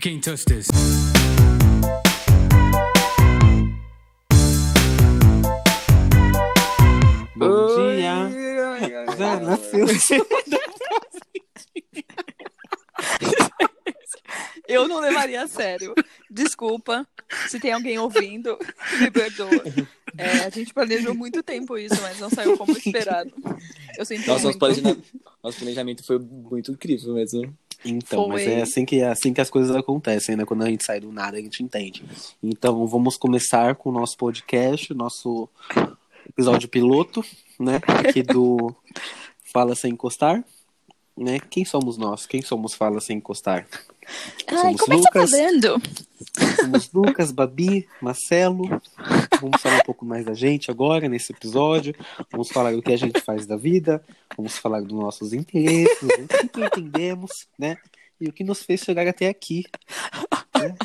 Can't touch this. Bom dia. Já nasceu. Eu não levaria a sério. Desculpa se tem alguém ouvindo, me perdoa. A gente planejou muito tempo isso, mas não saiu como esperado. Eu sinto Nossa, muito. nosso planejamento foi muito incrível mesmo. Então, mas Foi. é assim que as coisas acontecem, né? Quando a gente sai do nada, a gente entende. Então, vamos começar com o nosso podcast, nosso episódio piloto, né? Aqui do Fala Sem Encostar, né? Quem somos nós? Quem somos Fala Sem Encostar? Ai, Somos como é que tá Lucas. fazendo? Somos Lucas, Babi, Marcelo. Vamos falar um pouco mais da gente agora, nesse episódio. Vamos falar o que a gente faz da vida. Vamos falar dos nossos interesses, o que entendemos, né? E o que nos fez chegar até aqui. Né?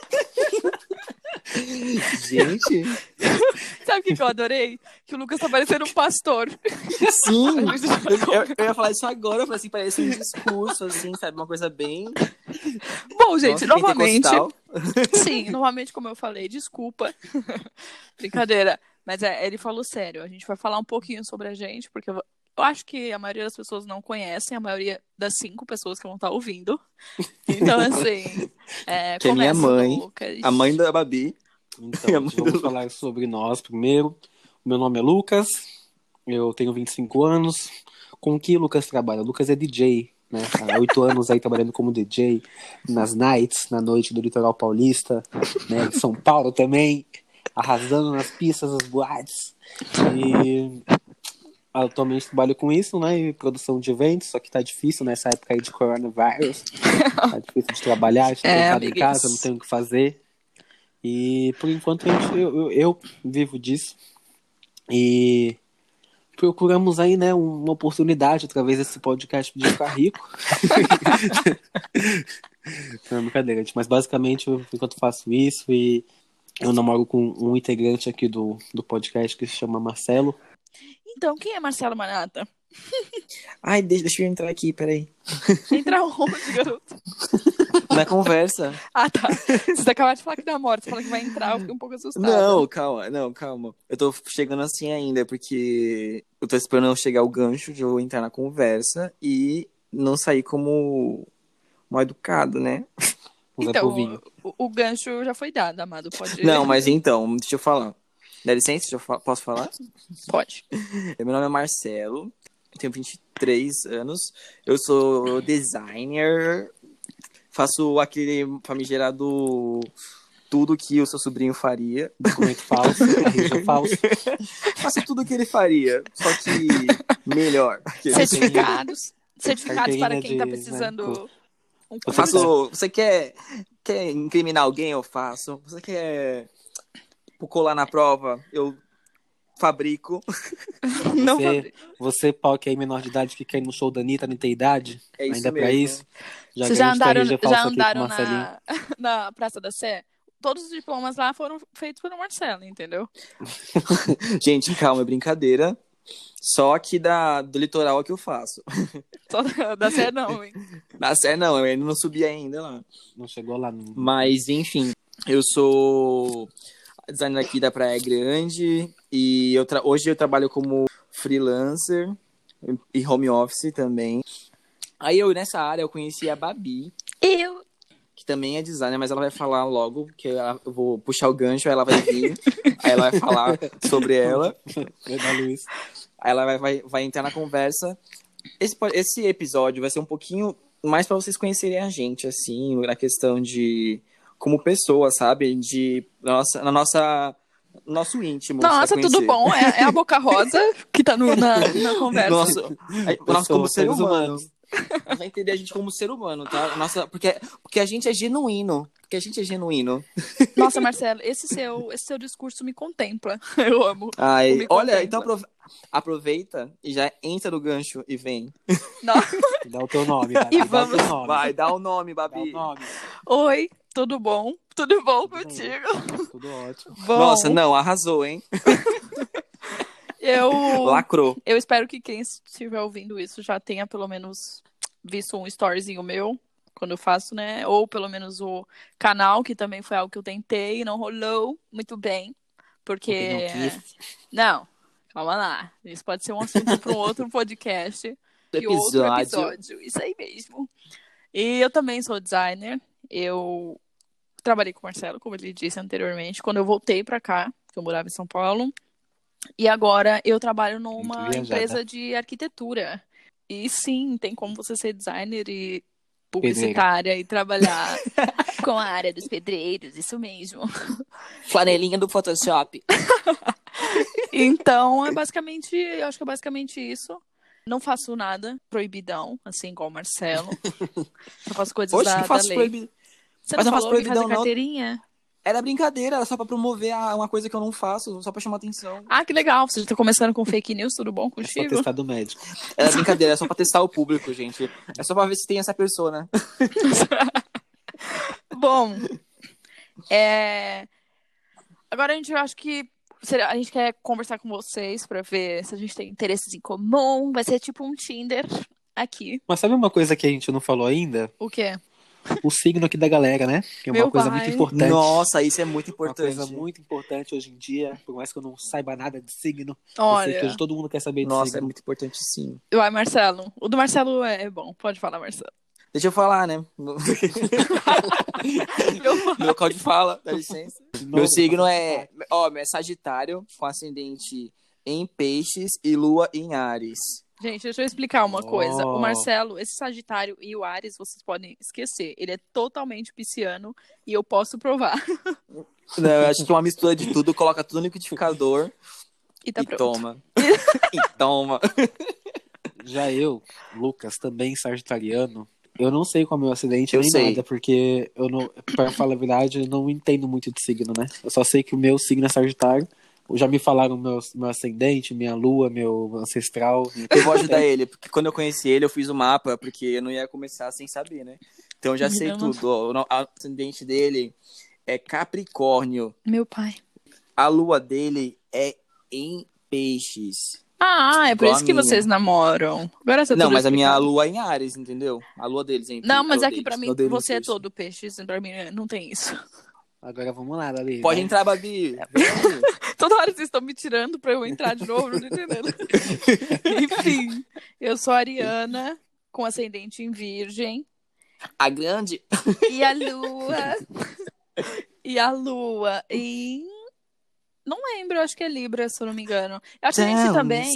Gente, Sabe o que eu adorei? Que o Lucas tá parecendo um pastor. sim! Eu ia falar isso agora, eu falei assim, parece um discurso, assim, sabe? Uma coisa bem... Bom, gente, Nossa, novamente. pentecostal. Sim, novamente, como eu falei, desculpa. Brincadeira. Mas ele falou sério. A gente vai falar um pouquinho sobre a gente, porque eu acho que a maioria das pessoas não conhecem, a maioria das 5 pessoas que vão estar ouvindo. Então, assim. Que é minha começa, mãe, Lucas. a mãe da Babi. Então, vamos falar sobre nós primeiro. O meu nome é Lucas, eu tenho 25 anos. Com que Lucas trabalha? Lucas é DJ, né? Há 8 anos aí trabalhando como DJ nas nights, na noite do litoral paulista, né? Em São Paulo também, arrasando nas pistas, nas boates. E atualmente trabalho com isso, né? Em produção de eventos, só que tá difícil nessa época aí de coronavírus. Tá difícil de trabalhar, estou trancado em casa, não tenho o que fazer. E por enquanto eu vivo disso. E procuramos aí, né, uma oportunidade através desse podcast de ficar rico. Não é brincadeira, gente. Mas basicamente, enquanto faço isso, e eu namoro com um integrante aqui do podcast que se chama Marcelo. Então, quem é Marcelo Manata? Ai, deixa eu entrar aqui, peraí. Entra onde, garoto? Na conversa. Ah, tá. Você acabou de falar que namora, você falou que vai entrar, eu fiquei um pouco assustada. Não, calma. Eu tô chegando assim ainda, porque eu tô esperando eu chegar o gancho de eu entrar na conversa e não sair como mal educado, né? Então, o gancho já foi dado, amado, pode ir. Não, mas então, deixa eu falar. Dá licença, posso falar? Pode. Meu nome é Marcelo, eu tenho 23 anos, eu sou designer, faço aquele famigerado tudo que o seu sobrinho faria. Documento falso, RG falso. Faço tudo que ele faria, só que melhor. Certificados para quem tá de, precisando... né? Eu faço... Você quer incriminar alguém? Eu faço. Você quer colar na prova? Eu fabrico. Não Você, pau, que é menor de idade, que quer ir no show da Anitta, não tem idade? É isso ainda mesmo. pra isso? Vocês já andaram na na Praça da Sé? Todos os diplomas lá foram feitos pelo Marcelo, entendeu? Gente, calma, é brincadeira. Só que do litoral é que eu faço. Só da Sé não, hein? Da Sé não, eu ainda não subi ainda lá. Não chegou lá. Não. Mas, enfim, eu sou designer aqui da Praia Grande e hoje eu trabalho como freelancer e home office também. Aí nessa área eu conheci a Babi, que também é designer, mas ela vai falar logo, porque eu vou puxar o gancho, aí ela vai vir, aí ela vai falar sobre ela. Aí ela vai entrar na conversa. Esse episódio vai ser um pouquinho mais para vocês conhecerem a gente, assim, na questão de como pessoa, sabe? Nosso íntimo. Nossa, tudo bom. É a Boca Rosa que tá na conversa. Nossa, como ser humano. Ela vai entender a gente como ser humano, tá? Porque a gente é genuíno. Nossa, Marcelo, esse seu discurso me contempla. Eu amo. Ai, olha, então aproveita e já entra no gancho e vem. Não. Dá o teu nome. E vamos. Vai, dá o nome, Babi. Dá o nome. Oi, tudo bom? Tudo bom contigo? Tudo ótimo. Bom, Nossa, não, arrasou, hein? Lacrou. Eu espero que quem estiver ouvindo isso já tenha pelo menos visto um storyzinho meu. quando eu faço, né? Ou pelo menos o canal, que também foi algo que eu tentei e não rolou muito bem. Porque não Porque. quis. Não, calma lá. Isso pode ser um assunto para um outro podcast e outro episódio. Isso aí mesmo. E eu também sou designer. Eu trabalhei com o Marcelo, como ele disse anteriormente, quando eu voltei para cá, que eu morava em São Paulo. E agora eu trabalho numa empresa de arquitetura. E sim, tem como você ser designer e publicitária e trabalhar com a área dos pedreiros, isso mesmo. Flanelinha do Photoshop. Então, eu acho que é basicamente isso. Não faço nada proibidão, assim igual o Marcelo. Só faço coisas Oxe, da não faço lei. proibidão. Você Mas não não faço falou que proibidão, fazer não. carteirinha? Era brincadeira, era só pra promover uma coisa que eu não faço, só pra chamar atenção. Ah, que legal. Você já tá começando com fake news, tudo bom É só contigo? testar do médico. Era brincadeira, é só pra testar o público, gente. É só pra ver se tem essa pessoa, né? Bom, agora eu acho que a gente quer conversar com vocês pra ver se a gente tem interesses em comum. Vai ser tipo um Tinder aqui. Mas sabe uma coisa que a gente não falou ainda? O quê? O signo aqui da galera, né? Que é uma Meu coisa pai. muito importante. Nossa, isso é muito Uma importante. coisa muito importante hoje em dia, por mais que eu não saiba nada de signo. Eu sei Olha. que hoje todo mundo quer saber de Nossa, é signo. muito importante sim. Vai, Marcelo. O do Marcelo é bom. Pode falar, Marcelo. Deixa eu falar, né? Meu local de fala, dá licença. Meu signo é Sagitário, com ascendente em Peixes e Lua em Áries. Gente, deixa eu explicar uma coisa. O Oh. Marcelo, esse Sagitário e o Áries, vocês podem esquecer. Ele é totalmente pisciano e eu posso provar. Não, eu acho que é uma mistura de tudo, coloca tudo no liquidificador E tá e pronto. toma. E toma. Já eu, Lucas, também sagitariano, eu não sei qual é o meu acidente Eu nem sei. nada, porque eu não, pra falar a verdade, eu não entendo muito de signo, né? Eu só sei que o meu signo é Sagitário. Já me falaram meu ascendente, minha lua, meu ancestral. Eu vou ajudar ele, porque quando eu conheci ele, eu fiz o mapa, porque eu não ia começar sem saber, né? Então eu já sei Eu não- tudo. Ó, o ascendente dele é Capricórnio. Meu pai. A lua dele é em Peixes. Ah, é por Igual isso a que minha. vocês namoram. Agora você Não, mas a minha lua é em Ares, entendeu? A lua deles é em Não, mas a lua é que deles, pra a mim lua deles você é Peixes. todo peixe. Pra mim não tem isso. Agora vamos lá, Dali. Pode vai. entrar, Babi. Vem aí. Toda hora vocês estão me tirando pra eu entrar de novo, não tô entendendo. Enfim, eu sou ariana, com ascendente em virgem. A grande. E a lua. E a lua em. Não lembro, acho que é Libra, se eu não me engano. Eu acho que a gente também.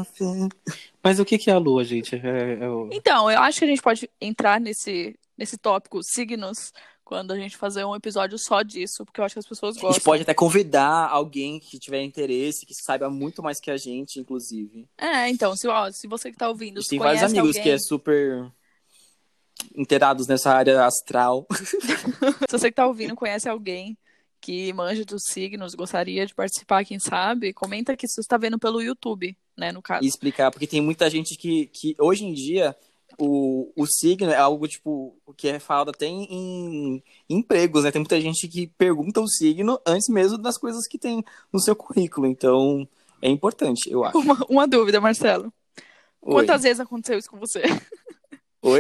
Mas o que é a lua, gente? Então, eu acho que a gente pode entrar nesse tópico signos quando a gente fazer um episódio só disso, porque eu acho que as pessoas A gostam. gente pode até convidar alguém que tiver interesse, que saiba muito mais que a gente, inclusive. Então, se você que tá ouvindo, A gente se tem vários conhece amigos alguém, que é super inteirados nessa área astral. se você que tá ouvindo conhece alguém que manja dos signos, gostaria de participar, quem sabe, comenta que você está vendo pelo YouTube, né, no caso. E explicar, porque tem muita gente que hoje em dia o signo é algo tipo que é falado até em empregos, né? Tem muita gente que pergunta o signo antes mesmo das coisas que tem no seu currículo, então é importante, eu acho. Uma dúvida, Marcelo. Oi. Quantas vezes aconteceu isso com você? Oi?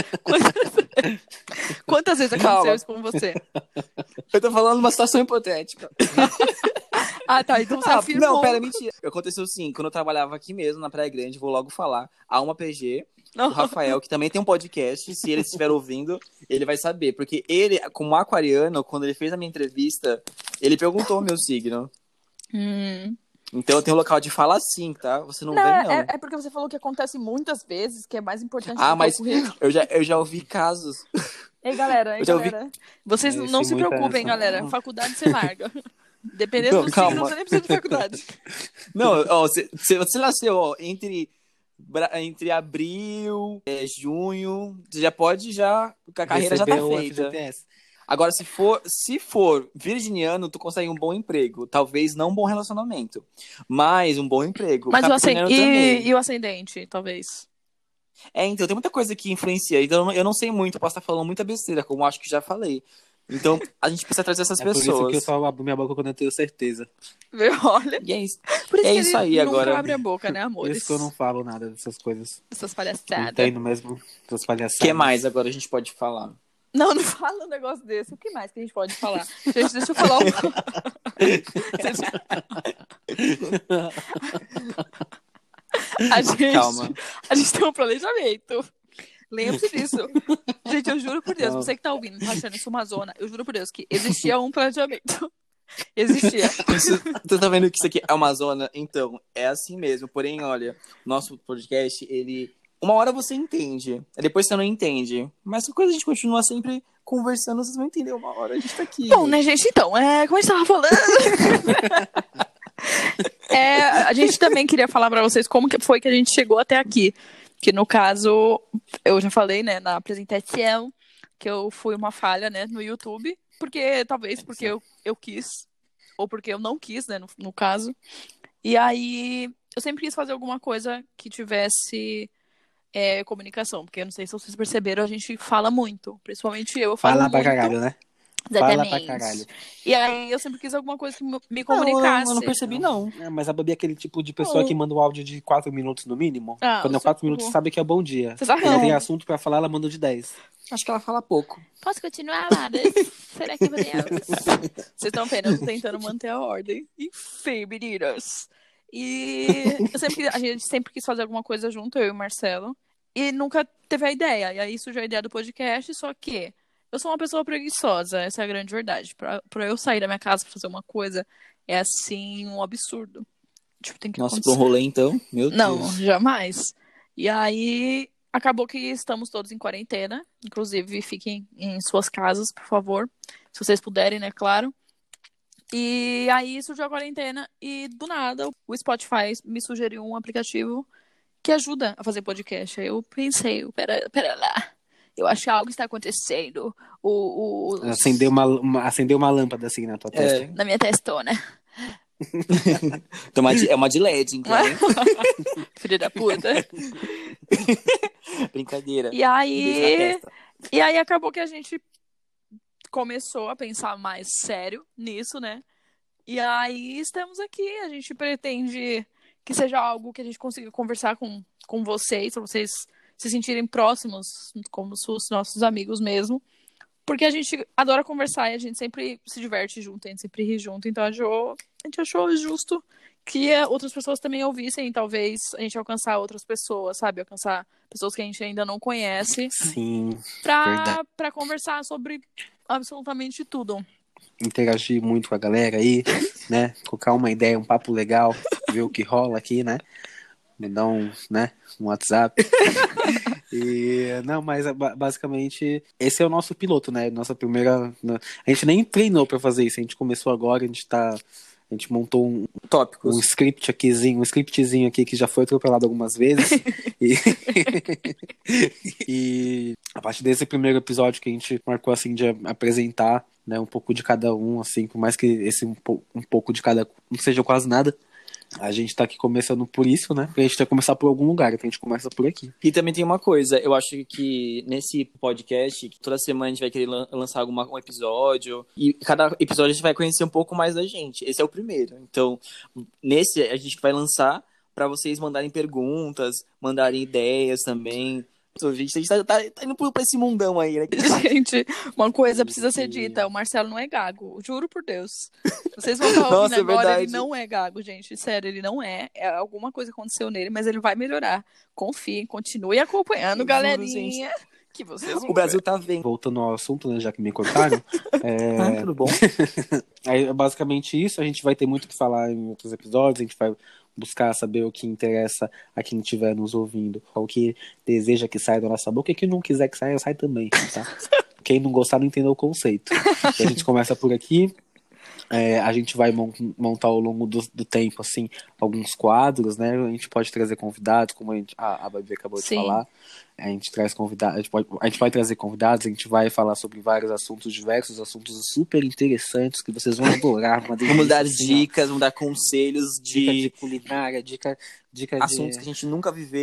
Quantas vezes aconteceu Calma. isso com você? Eu tô falando uma situação hipotética. Ah, tá, então você afirmou. Não, pera, mentira. Aconteceu sim, quando eu trabalhava aqui mesmo, na Praia Grande, vou logo falar, a uma PG, Não. o Rafael, que também tem um podcast, se ele estiver ouvindo, ele vai saber. Porque ele, como aquariano, quando ele fez a minha entrevista, ele perguntou o meu signo. Então eu tenho um local de fala sim, tá? Você não vem, não. É porque você falou que acontece muitas vezes, que é mais importante do Ah, que mas o currículo. eu já ouvi casos. Ei, galera, Eu já ouvi- Vocês Eu não sei se muita preocupem, essa. galera. Faculdade você larga. Dependendo Não, do calma. signo, você nem precisa de faculdade. Não, ó, você nasceu, ó, entre abril, junho, você já pode a carreira já tá Recebeu o feita. FGTS. Agora, se for virginiano, tu consegue um bom emprego. Talvez não um bom relacionamento, mas um bom emprego. Mas Capricorniano também. e o ascendente, talvez. Então, tem muita coisa que influencia. Então, eu não sei muito, posso estar falando muita besteira, como eu acho que já falei. Então, a gente precisa trazer essas É por isso que eu pessoas. só abro minha boca quando eu tenho certeza. Olha. E é isso. Por isso É que isso ele aí nunca agora. abre a boca, né, Por amores? isso que eu não falo nada dessas coisas. Essas Não palhaçadas. entendo mesmo dessas O palhaçadas. que mais agora a gente pode falar? Não, não fala um negócio desse. O que mais que a gente pode falar? Gente, deixa eu falar um... Calma. A gente tem um planejamento. Lembre-se disso. Gente, eu juro por Deus, Não. você que tá ouvindo, tá achando isso uma zona, eu juro por Deus que existia um planejamento. Existia. Tu tá vendo que isso aqui é uma zona? Então, é assim mesmo. Porém, olha, nosso podcast, ele... Uma hora você entende, depois você não entende. Mas a coisa a gente continua sempre conversando, vocês vão entender uma hora, a gente tá aqui. Bom, né, gente? Então, como a gente tava falando... a gente também queria falar pra vocês como que foi que a gente chegou até aqui. Que no caso, eu já falei, né, na apresentação, que eu fui uma falha, né, no YouTube. Talvez porque eu quis, ou porque eu não quis, né, no caso. E aí, eu sempre quis fazer alguma coisa que tivesse comunicação. Porque eu não sei se vocês perceberam, a gente fala muito. Principalmente eu falo Fala muito. pra caralho, né? Fala pra Exatamente. caralho. E aí, eu sempre quis alguma coisa que me Não, comunicasse. eu não percebi, não. Mas a Babi é aquele tipo de pessoa que manda um áudio de 4 minutos no mínimo. Quando é 4 minutos, sabe que é bom dia. Você sabe que Quando não. tem assunto pra falar, ela manda de 10. Acho que ela fala pouco. Posso continuar, Ladas? Será que podemos? Vocês estão vendo? Eu tô tentando manter a ordem. Enfim, meninas. E a gente sempre quis fazer alguma coisa junto, eu e o Marcelo. E nunca teve a ideia. E aí surgiu a ideia do podcast, só que eu sou uma pessoa preguiçosa, essa é a grande verdade. Pra eu sair da minha casa pra fazer uma coisa, é assim, um absurdo. Tipo, tem que Nossa, acontecer. pra um rolê, então? Meu Não, Deus. jamais. E aí, acabou que estamos todos em quarentena. Inclusive, fiquem em suas casas, por favor. Se vocês puderem, né, claro. E aí, surgiu a quarentena e, do nada, o Spotify me sugeriu um aplicativo que ajuda a fazer podcast. Aí eu pensei, pera lá. Eu acho que algo está acontecendo. Acendeu uma lâmpada assim na tua testa. Na minha testona. Então, é uma de LED, então, hein? Filha da puta. Brincadeira. E aí acabou que a gente começou a pensar mais sério nisso, né? E aí estamos aqui. A gente pretende que seja algo que a gente consiga conversar com vocês, pra vocês se sentirem próximos, como se fossem nossos amigos mesmo. Porque a gente adora conversar e a gente sempre se diverte junto, a gente sempre ri junto. Então a gente achou justo que outras pessoas também ouvissem e talvez a gente alcançar outras pessoas, sabe? Alcançar pessoas que a gente ainda não conhece. Sim, pra conversar sobre absolutamente tudo. interagir muito com a galera aí, né? Colocar uma ideia, um papo legal, ver o que rola aqui, né? Me dá um WhatsApp. Mas basicamente esse é o nosso piloto, né? Nossa primeira. A gente nem treinou pra fazer isso, a gente começou agora, a gente montou um scriptzinho aqui que já foi atropelado algumas vezes. E a partir desse primeiro episódio que a gente marcou assim de apresentar, né, um pouco de cada um, assim, por mais que esse um pouco de cada não seja quase nada. A gente tá aqui começando por isso, né? Porque a gente vai começar por algum lugar, então a gente começa por aqui. E também tem uma coisa, eu acho que nesse podcast, toda semana a gente vai querer lançar um episódio, e cada episódio a gente vai conhecer um pouco mais da gente. Esse é o primeiro. Então, nesse a gente vai lançar pra vocês mandarem perguntas, mandarem ideias também. Então, a gente tá indo pra esse mundão aí, né? Gente, uma coisa precisa ser dita, o Marcelo não é gago, juro por Deus. Vocês vão estar ouvindo agora, verdade. ele não é gago, gente, sério, ele não é. Alguma coisa aconteceu nele, mas ele vai melhorar. Confiem, continue acompanhando, galerinha. Que vocês vão O Brasil ver. tá vendo. Voltando ao assunto, né, já que me cortaram. Tudo bom? Aí, é basicamente isso, a gente vai ter muito o que falar em outros episódios, a gente vai buscar saber o que interessa a quem estiver nos ouvindo, o que deseja que saia da nossa boca e quem não quiser que saia, sai também, tá? Quem não gostar não entendeu o conceito. E a gente começa por aqui. A gente vai montar ao longo do tempo, assim, alguns quadros, né? A gente pode trazer convidados, como a Babi acabou de falar. A gente traz convidados, a gente vai trazer convidados, a gente vai falar sobre vários assuntos diversos, assuntos super interessantes que vocês vão adorar. Vamos dar dicas, vamos dar conselhos dica de culinária, dica assuntos que a gente nunca viveu.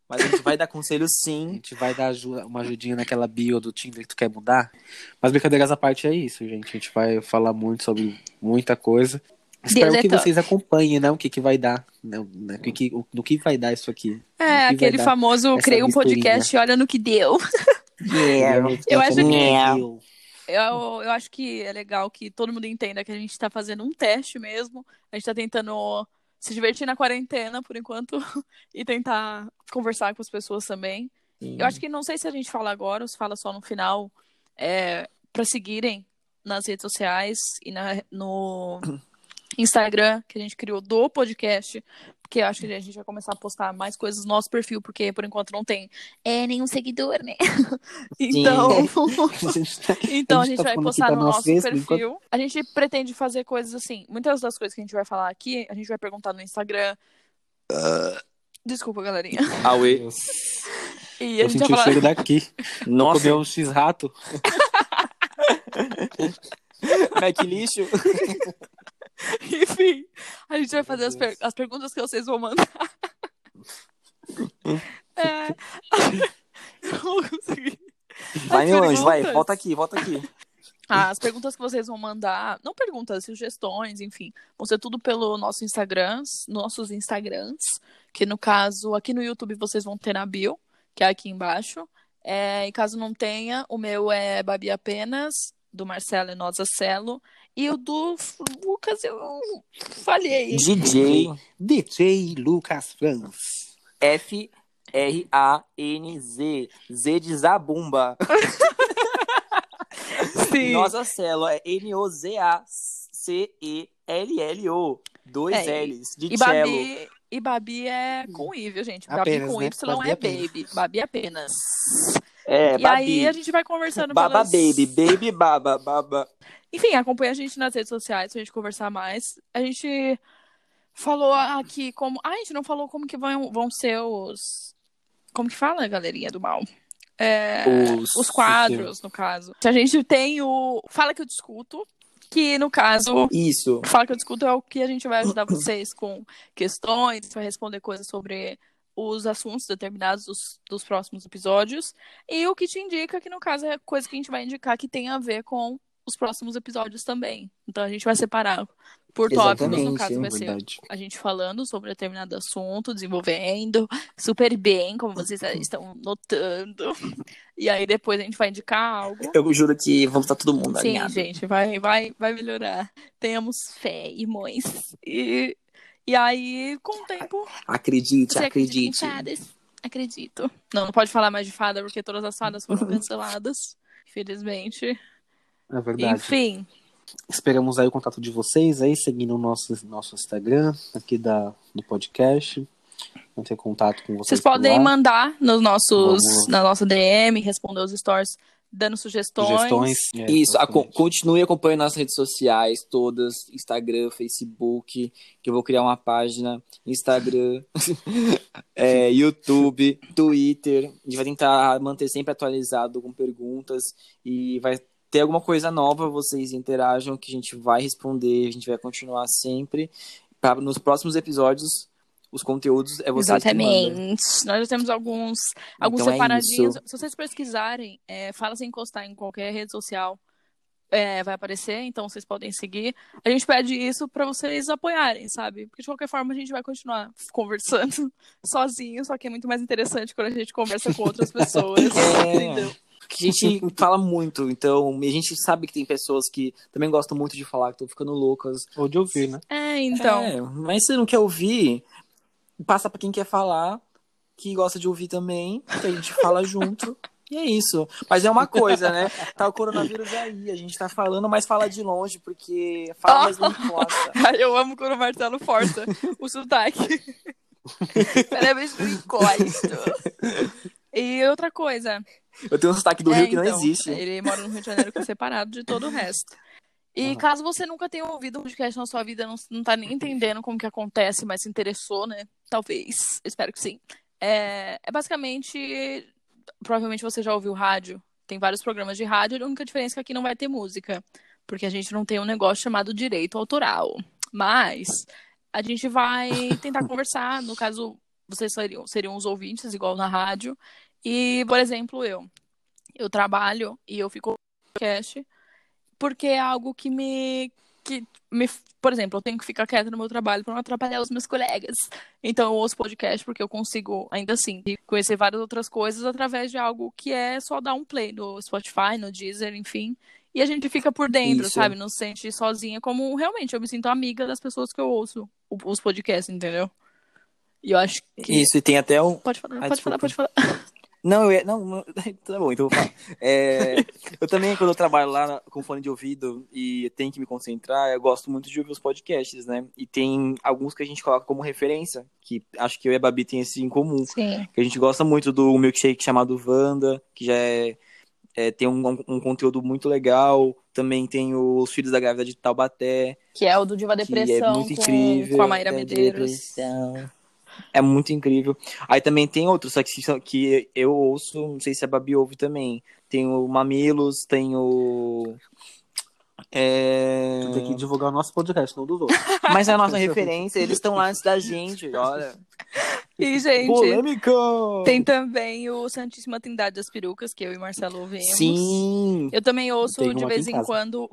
Mas a gente vai dar conselho A sim. gente vai dar uma ajudinha naquela bio do Tinder que tu quer mudar. Mas brincadeiras à parte é isso, gente. A gente vai falar muito sobre muita coisa. Espero Deus é que top. vocês acompanhem, né? O que vai dar. Né, no que vai dar isso aqui. É, No que vai aquele dar famoso essa criei um misturinha. podcast e olha no que deu. Eu acho que... Eu acho que é legal que todo mundo entenda que a gente tá fazendo um teste mesmo. A gente tá tentando se divertir na quarentena, por enquanto, e tentar conversar com as pessoas também. Sim. Eu acho que não sei se a gente fala agora ou se fala só no final, pra seguirem nas redes sociais e no Instagram, que a gente criou do podcast, porque eu acho que a gente vai começar a postar mais coisas no nosso perfil, porque por enquanto não tem nenhum seguidor, né? Então, então a gente vai postar no nosso perfil. A gente pretende fazer coisas assim, muitas das coisas que a gente vai falar aqui, a gente vai perguntar no Instagram. Desculpa, galerinha. Auê. E a Eu gente senti vai o falar... cheiro daqui. Nossa. Comeu um X-rato. Mac lixo. Enfim, a gente vai fazer as perguntas que vocês vão mandar. Eu não vou conseguir. Vai, As meu anjo, vai. perguntas. Volta aqui. As perguntas que vocês vão mandar, não perguntas, sugestões, enfim, vão ser tudo pelo nossos Instagrams, que no caso, aqui no YouTube vocês vão ter na bio, que é aqui embaixo. E caso não tenha, o meu é Babi Apenas, do Marcelo e Noza Celo, e o do Lucas eu falhei. DJ Lucas Franz. F-R-A-N-Z. Z de Zabumba. Sim. Nossa Celo é N-O-Z-A-C-E-L-L-O. Dois L's. De cello. E Babi é com I, viu, gente? Apenas, Babi com né? Y Babi é apenas. baby. Babi apenas. É, E Babi. aí a gente vai conversando Baba pelas... baby. Baby baba. Baba. Enfim, acompanha a gente nas redes sociais pra gente conversar mais. A gente falou aqui como... a gente não falou como que vão ser os... Como que fala, galerinha do mal? Os quadros, no caso. A gente tem o Fala que eu discuto, que no caso... Isso. Fala que eu discuto é o que a gente vai ajudar vocês com questões, vai responder coisas sobre os assuntos determinados dos próximos episódios. E o que te indica, que no caso é coisa que a gente vai indicar que tem a ver com os próximos episódios também. Então a gente vai separar por tópicos, no caso vai ser a gente falando sobre determinado assunto, desenvolvendo super bem, como vocês estão notando. E aí depois a gente vai indicar algo. Eu juro que vamos estar todo mundo Sim, alinhado. gente, vai melhorar. Tenhamos fé, irmãos. E aí, com o tempo... Acredite. Em fadas? Acredito. Não pode falar mais de fada, porque todas as fadas foram canceladas. Infelizmente. É verdade. Enfim. Esperamos aí o contato de vocês aí, seguindo o nosso Instagram aqui do podcast. Vamos ter contato com vocês. Vocês podem lá. mandar na nossa DM, responder os stories, dando sugestões. Isso, continue acompanhando nas redes sociais todas, Instagram, Facebook, que eu vou criar uma página, Instagram, YouTube, Twitter. A gente vai tentar manter sempre atualizado com perguntas e vai ter alguma coisa nova, vocês interajam, que a gente vai responder, a gente vai continuar sempre. Nos próximos episódios, os conteúdos é vocês que mandam. Exatamente. Nós já temos alguns Então separadinhos. Se vocês pesquisarem, Fala Sem Encostar em qualquer rede social, vai aparecer, então vocês podem seguir. A gente pede isso pra vocês apoiarem, sabe? Porque de qualquer forma a gente vai continuar conversando sozinho, só que é muito mais interessante quando a gente conversa com outras pessoas. Entendeu? Que a gente fala muito, então, e a gente sabe que tem pessoas que também gostam muito de falar, que estão ficando loucas. Ou de ouvir, né? Então. Mas se não quer ouvir, passa pra quem quer falar, que gosta de ouvir também, que a gente fala junto. E é isso. Mas é uma coisa, né? Tá o coronavírus aí, a gente tá falando, mas fala de longe, porque fala, mas não encosta. Eu amo quando o Marcelo força o sotaque. Pera, mas não encosto. E outra coisa. Eu tenho um sotaque do Rio que não existe. Ele mora no Rio de Janeiro, que é separado de todo o resto. E caso você nunca tenha ouvido um podcast na sua vida, não tá nem entendendo como que acontece, mas se interessou, né? Talvez. Espero que sim. Basicamente, provavelmente você já ouviu rádio. Tem vários programas de rádio, a única diferença é que aqui não vai ter música. Porque a gente não tem um negócio chamado direito autoral. Mas a gente vai tentar conversar, no caso... vocês seriam os ouvintes, igual na rádio. E, por exemplo, eu trabalho e eu fico no podcast porque é algo que por exemplo, eu tenho que ficar quieta no meu trabalho para não atrapalhar os meus colegas. Então eu ouço podcast porque eu consigo, ainda assim, conhecer várias outras coisas através de algo que é só dar um play no Spotify, no Deezer, enfim. E a gente fica por dentro, Isso. sabe? Não se sente sozinha, como realmente eu me sinto amiga das pessoas que eu ouço os podcasts, entendeu? E eu acho que... Isso, e tem até um... Pode falar, Ah, pode falar, desculpa. pode falar. Não, não, tá bom, então eu vou falar. Eu também, quando eu trabalho lá com fone de ouvido e tenho que me concentrar, eu gosto muito de ouvir os podcasts, né? E tem alguns que a gente coloca como referência, que acho que eu e a Babi tem esse em comum. Sim. Que a gente gosta muito do milkshake chamado Wanda, que já tem um conteúdo muito legal. Também tem os Filhos da Grávida de Taubaté. Que é o do Diva que Depressão, é muito incrível. com a Mayra Medeiros. É muito incrível. Aí também tem outros que eu ouço, não sei se a Babi ouve também. Tem o Mamilos, tem o... Tu tem que divulgar o nosso podcast, não dos outros. Mas é a nossa referência, eles estão lá antes da gente, olha. E, gente, Polêmica! tem também o Santíssima Trindade das Perucas, que eu e Marcelo ouvimos. Sim! Eu também ouço Tem de uma vez aqui em em casa. quando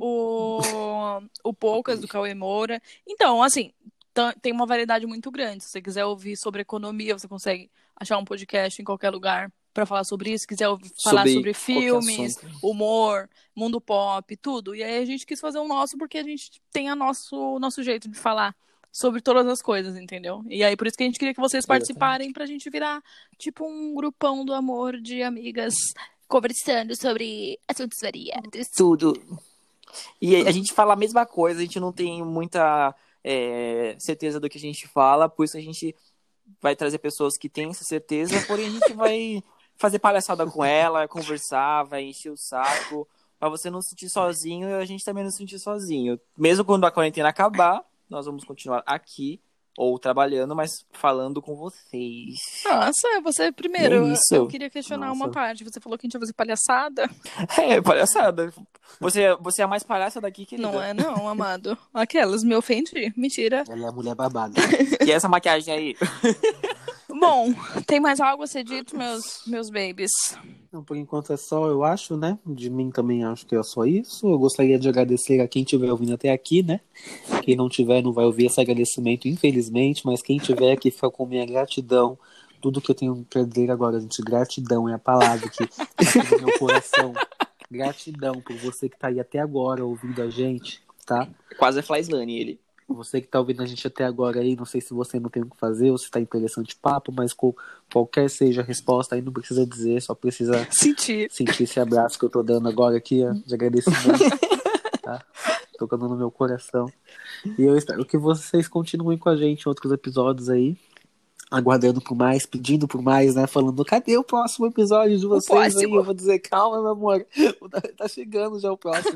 o Poucas, do Cauê Moura. Então, assim, tem uma variedade muito grande. Se você quiser ouvir sobre economia, você consegue achar um podcast em qualquer lugar para falar sobre isso. Se quiser falar sobre filmes, humor, mundo pop, tudo. E aí a gente quis fazer o nosso porque a gente tem o nosso jeito de falar sobre todas as coisas, entendeu? E aí por isso que a gente queria que vocês participarem pra gente virar tipo um grupão do amor de amigas conversando sobre assuntos variados. Tudo. E a gente fala a mesma coisa, a gente não tem muita certeza do que a gente fala, por isso a gente vai trazer pessoas que têm essa certeza, porém a gente vai fazer palhaçada com ela, conversar, vai encher o saco, pra você não se sentir sozinho e a gente também não se sentir sozinho. Mesmo quando a quarentena acabar, nós vamos continuar aqui, ou trabalhando, mas falando com vocês. Nossa, você primeiro, É isso. eu queria questionar uma parte. Você falou que a gente ia fazer palhaçada. Palhaçada. Você é a mais palhaça daqui, querida. Não é não, amado. Aquelas, me ofendi. Mentira. Ela é a mulher babada. E essa maquiagem aí? Bom, tem mais algo a ser dito, meus babies? Não, por enquanto é só, eu acho, né? De mim também acho que é só isso. Eu gostaria de agradecer a quem estiver ouvindo até aqui, né? Quem não tiver, não vai ouvir esse agradecimento, infelizmente, mas quem tiver aqui fica com minha gratidão. Tudo que eu tenho pra dizer agora, gente, gratidão é a palavra que tá aqui no meu coração. Gratidão por você que tá aí até agora ouvindo a gente, tá? Quase é Flyslane, ele. Você que tá ouvindo a gente até agora aí, não sei se você não tem o que fazer ou se tá interessante de papo, mas qualquer seja a resposta aí, não precisa dizer, só precisa sentir esse abraço que eu tô dando agora aqui, ó, de agradecimento, tá? Tocando no meu coração. E eu espero que vocês continuem com a gente em outros episódios aí, aguardando por mais, pedindo por mais, né? Falando, cadê o próximo episódio de vocês aí? Eu vou dizer, calma, meu amor, tá chegando já o próximo.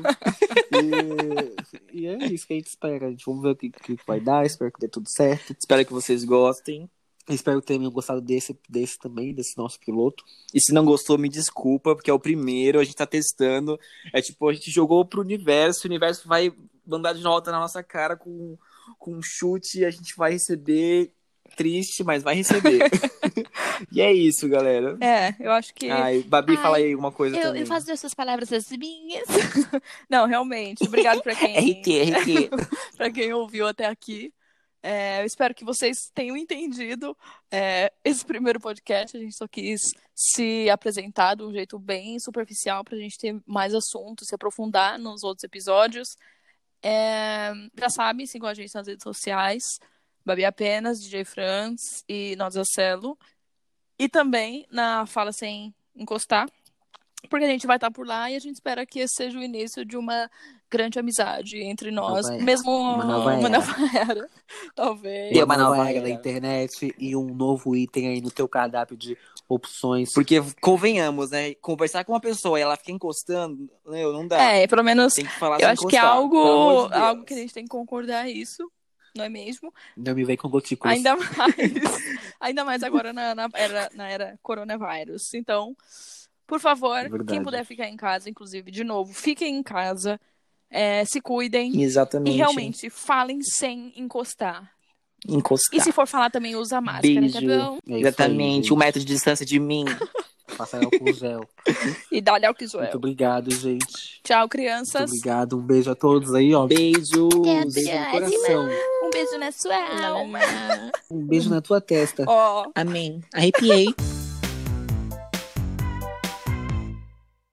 E é isso que a gente espera. A gente vamos ver o que vai dar. Espero que dê tudo certo. Espero que vocês gostem. Espero que tenham gostado desse também, desse nosso piloto. E se não gostou, me desculpa, porque é o primeiro, a gente tá testando. É tipo, a gente jogou pro universo, o universo vai mandar de volta na nossa cara com um chute, e a gente vai receber. Triste, mas vai receber. E é isso, galera. Eu acho que... Babi, fala aí alguma coisa também. Eu faço dessas palavras as minhas. Não, realmente. Obrigado pra quem... RT. Pra quem ouviu até aqui. Eu espero que vocês tenham entendido esse primeiro podcast. A gente só quis se apresentar de um jeito bem superficial pra gente ter mais assuntos, se aprofundar nos outros episódios. Já sabe, sigam a gente nas redes sociais. Babi Apenas, DJ Franz e Nozacelo. E também na Fala Sem Encostar, porque a gente vai estar por lá e a gente espera que esse seja o início de uma grande amizade entre nós, mesmo uma nova era, talvez. E uma nova era da internet e um novo item aí no teu cardápio de opções. Porque, convenhamos, né? Conversar com uma pessoa e ela fica encostando, não dá. Pelo menos, tem que falar eu acho encostar, que é algo de que a gente tem que concordar isso. Não é mesmo? Não me vem com gotículas. Ainda mais agora na era coronavírus. Então, por favor, quem puder ficar em casa, inclusive, de novo, fiquem em casa, se cuidem. Exatamente. E realmente, falem sem encostar. encostar. E se for falar também, usa máscara, tá Beijo. bom? É isso aí, Exatamente, gente. 1 metro de distância de mim. Passar álcool gel. E dá-lhe álcool Muito gel. obrigado, gente. Tchau, Muito crianças. obrigado. Um beijo a todos aí, ó. Beijo. Até a Beijo no próxima. coração. Um beijo na sua alma. Um beijo na tua testa. Ó. Amém. Arrepiei.